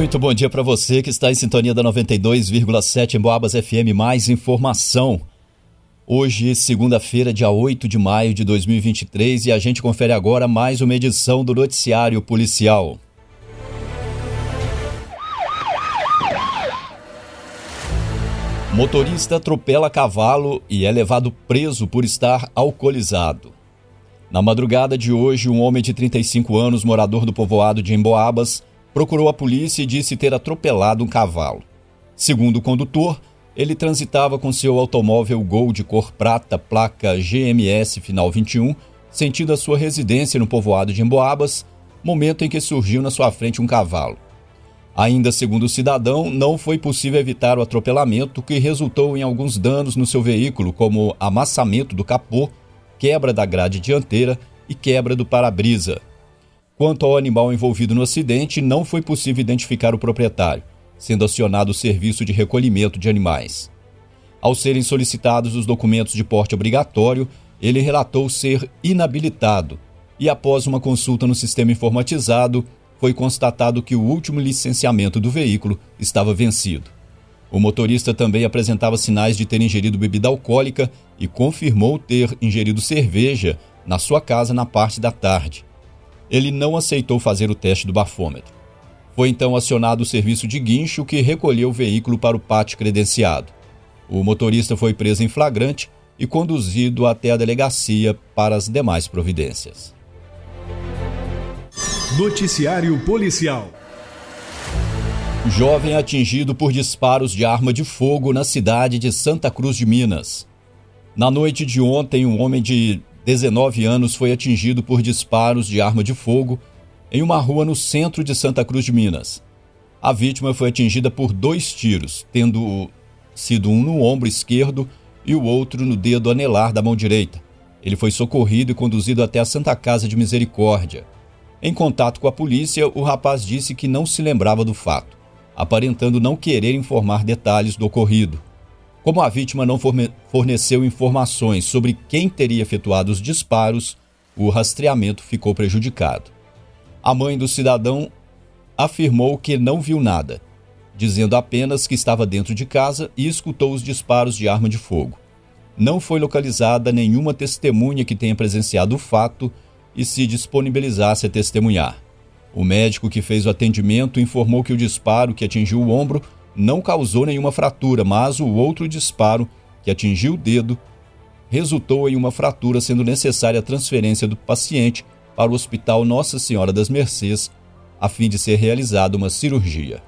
Muito bom dia para você que está em sintonia da 92,7 em Emboabas FM. Mais informação. Hoje, segunda-feira, dia 8 de maio de 2023, e a gente confere agora mais uma edição do Noticiário Policial. Motorista atropela cavalo e é levado preso por estar alcoolizado. Na madrugada de hoje, um homem de 35 anos, morador do povoado de Emboabas, procurou a polícia e disse ter atropelado um cavalo. Segundo o condutor, ele transitava com seu automóvel Gol de cor prata, placa GMS final 21, sentido a sua residência no povoado de Emboabas, momento em que surgiu na sua frente um cavalo. Ainda segundo o cidadão, não foi possível evitar o atropelamento, que resultou em alguns danos no seu veículo, como amassamento do capô, quebra da grade dianteira e quebra do para-brisa. Quanto ao animal envolvido no acidente, não foi possível identificar o proprietário, sendo acionado o serviço de recolhimento de animais. Ao serem solicitados os documentos de porte obrigatório, ele relatou ser inabilitado e, após uma consulta no sistema informatizado, foi constatado que o último licenciamento do veículo estava vencido. O motorista também apresentava sinais de ter ingerido bebida alcoólica e confirmou ter ingerido cerveja na sua casa na parte da tarde. Ele não aceitou fazer o teste do bafômetro. Foi então acionado o serviço de guincho, que recolheu o veículo para o pátio credenciado. O motorista foi preso em flagrante e conduzido até a delegacia para as demais providências. Noticiário Policial. Jovem atingido por disparos de arma de fogo na cidade de Santa Cruz de Minas. Na noite de ontem, um homem de 19 anos foi atingido por disparos de arma de fogo em uma rua no centro de Santa Cruz de Minas. A vítima foi atingida por 2 tiros, tendo sido um no ombro esquerdo e o outro no dedo anelar da mão direita. Ele foi socorrido e conduzido até a Santa Casa de Misericórdia. Em contato com a polícia, o rapaz disse que não se lembrava do fato, aparentando não querer informar detalhes do ocorrido. Como a vítima não forneceu informações sobre quem teria efetuado os disparos, o rastreamento ficou prejudicado. A mãe do cidadão afirmou que não viu nada, dizendo apenas que estava dentro de casa e escutou os disparos de arma de fogo. Não foi localizada nenhuma testemunha que tenha presenciado o fato e se disponibilizasse a testemunhar. O médico que fez o atendimento informou que o disparo que atingiu o ombro não causou nenhuma fratura, mas o outro disparo, que atingiu o dedo, resultou em uma fratura, sendo necessária a transferência do paciente para o Hospital Nossa Senhora das Mercês, a fim de ser realizada uma cirurgia.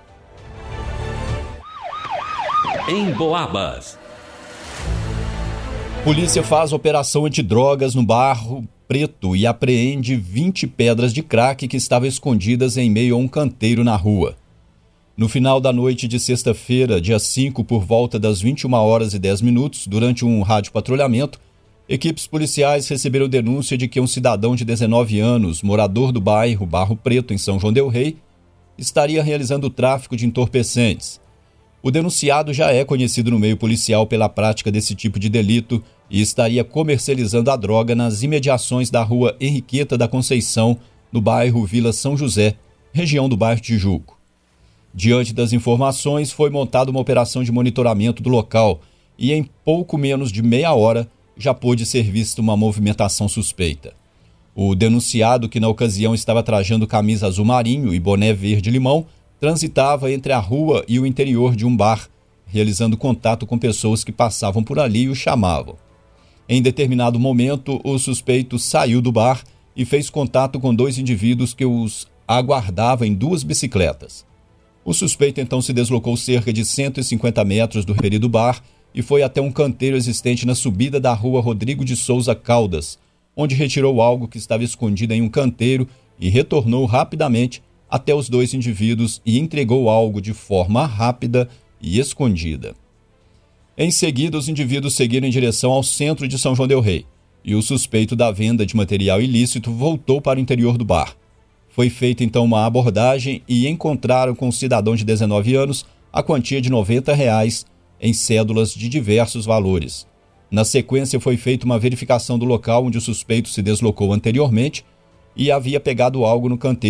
Emboabas. Polícia faz operação antidrogas no Barro Preto e apreende 20 pedras de crack que estavam escondidas em meio a um canteiro na rua. No final da noite de sexta-feira, dia 5, por volta das 21h10, durante um radiopatrulhamento, equipes policiais receberam denúncia de que um cidadão de 19 anos, morador do bairro Barro Preto, em São João del Rei, estaria realizando o tráfico de entorpecentes. O denunciado já é conhecido no meio policial pela prática desse tipo de delito e estaria comercializando a droga nas imediações da rua Henriqueta da Conceição, no bairro Vila São José, região do bairro Tijuco. Diante das informações, foi montada uma operação de monitoramento do local e, em pouco menos de meia hora, já pôde ser vista uma movimentação suspeita. O denunciado, que na ocasião estava trajando camisa azul marinho e boné verde-limão, transitava entre a rua e o interior de um bar, realizando contato com pessoas que passavam por ali e o chamavam. Em determinado momento, o suspeito saiu do bar e fez contato com 2 indivíduos que os aguardavam em 2 bicicletas. O suspeito então se deslocou cerca de 150 metros do referido bar e foi até um canteiro existente na subida da rua Rodrigo de Souza Caldas, onde retirou algo que estava escondido em um canteiro e retornou rapidamente até os 2 indivíduos e entregou algo de forma rápida e escondida. Em seguida, os indivíduos seguiram em direção ao centro de São João del Rei e o suspeito da venda de material ilícito voltou para o interior do bar. Foi feita então uma abordagem e encontraram com o cidadão de 19 anos a quantia de R$90 em cédulas de diversos valores. Na sequência, foi feita uma verificação do local onde o suspeito se deslocou anteriormente e havia pegado algo no canteiro,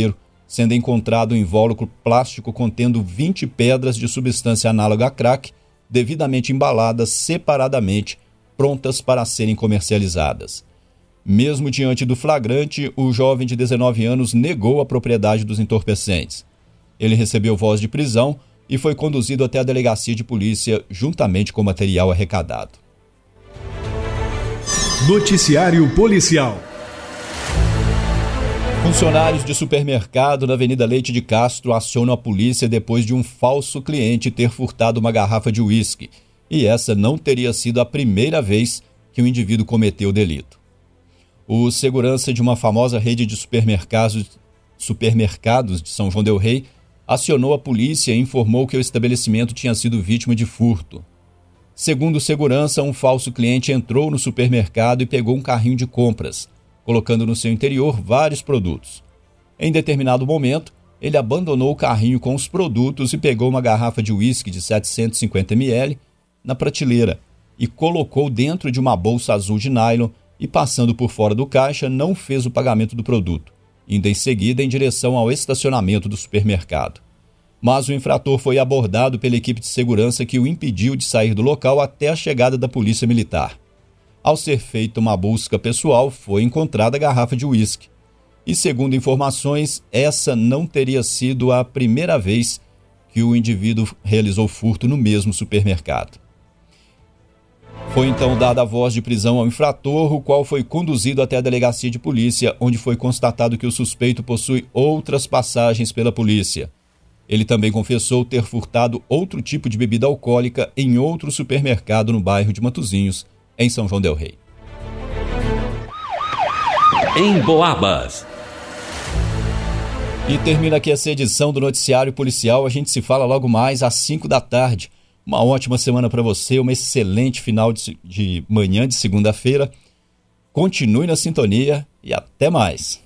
sendo encontrado um invólucro plástico contendo 20 pedras de substância análoga a crack, devidamente embaladas separadamente, prontas para serem comercializadas. Mesmo diante do flagrante, o jovem de 19 anos negou a propriedade dos entorpecentes. Ele recebeu voz de prisão e foi conduzido até a delegacia de polícia juntamente com o material arrecadado. Noticiário Policial. Funcionários de supermercado na Avenida Leite de Castro acionam a polícia depois de um falso cliente ter furtado uma garrafa de uísque. E essa não teria sido a primeira vez que o indivíduo cometeu o delito. O segurança de uma famosa rede de supermercados de São João del Rei acionou a polícia e informou que o estabelecimento tinha sido vítima de furto. Segundo o segurança, um falso cliente entrou no supermercado e pegou um carrinho de compras, colocando no seu interior vários produtos. Em determinado momento, ele abandonou o carrinho com os produtos e pegou uma garrafa de uísque de 750 ml na prateleira e colocou dentro de uma bolsa azul de nylon e, passando por fora do caixa, não fez o pagamento do produto, indo em seguida em direção ao estacionamento do supermercado. Mas o infrator foi abordado pela equipe de segurança que o impediu de sair do local até a chegada da polícia militar. Ao ser feita uma busca pessoal, foi encontrada a garrafa de uísque. E, segundo informações, essa não teria sido a primeira vez que o indivíduo realizou furto no mesmo supermercado. Foi então dada a voz de prisão ao infrator, o qual foi conduzido até a delegacia de polícia, onde foi constatado que o suspeito possui outras passagens pela polícia. Ele também confessou ter furtado outro tipo de bebida alcoólica em outro supermercado no bairro de Matozinhos, em São João del Rei. Em Boabas. E termina aqui essa edição do Noticiário Policial. A gente se fala logo mais às 5 da tarde. Uma ótima semana para você, uma excelente final de manhã de segunda-feira. Continue na sintonia e até mais.